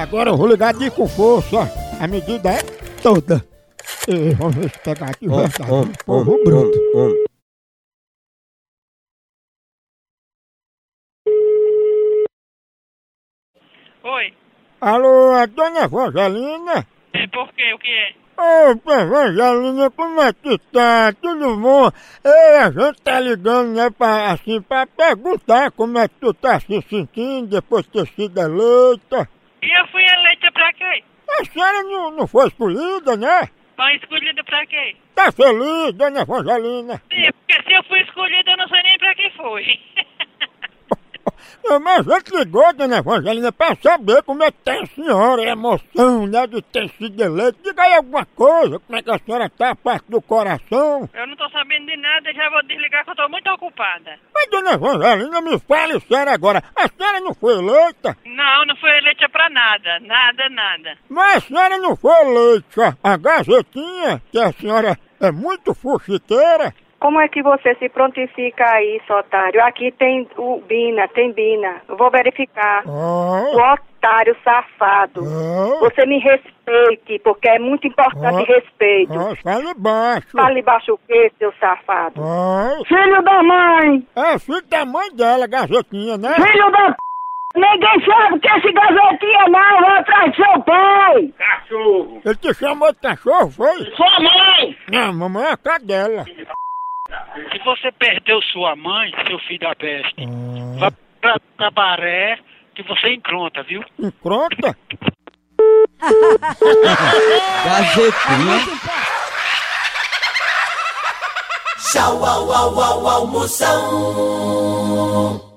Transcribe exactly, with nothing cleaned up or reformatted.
Agora eu vou ligar de com força. A medida é toda. E vamos ver se pegar aqui o verdade. Povo bruto. Oi. Alô, é Dona Evangelina? É por quê? O que é? Ô, Evangelina, como é que tá? Tudo bom? Ei, a gente tá ligando, né, pra, assim, pra perguntar como é que tu tá se sentindo depois de ter sido eleita. E eu fui eleita pra quê? A senhora não, não foi escolhida, né? Foi escolhida pra quê? Tá feliz, Dona Evangelina? Sim, porque se eu fui escolhida eu não sei nem pra que foi. Não, mas a gente ligou, Dona Evangelina, pra saber como é que tá a senhora, a emoção, né, de ter sido eleita. Diga aí alguma coisa, como é que a senhora tá, a parte do coração. Eu não tô sabendo de nada, já vou desligar que eu tô muito ocupada. Mas, Dona Evangelina, me fale sério agora, a senhora não foi eleita? Não, não fui eleita pra nada, nada, nada. Mas a senhora não foi eleita, a Gazetinha, que a senhora é muito fuxiqueira. Como é que você se prontifica aí, seu otário? Aqui tem o Bina, tem Bina. Eu vou verificar. Oh. O otário safado. Oh. Você me respeite, porque é muito importante Oh. respeito. Oh, fale baixo. Fale baixo o quê, seu safado? Oh. Filho da mãe! É filho da mãe dela, Gazetinha, né? Filho da p... Ninguém sabe que esse gazetinha não, vai atrás do seu pai! Cachorro! Ele te chamou de cachorro, foi? Sua mãe! Não, mamãe é a cadela. Se você perdeu sua mãe, seu filho da peste, Hum. vá pra Tabaré que você encronta, viu? Encronta? Gazetinha. Tchau, au, au, au, almoção.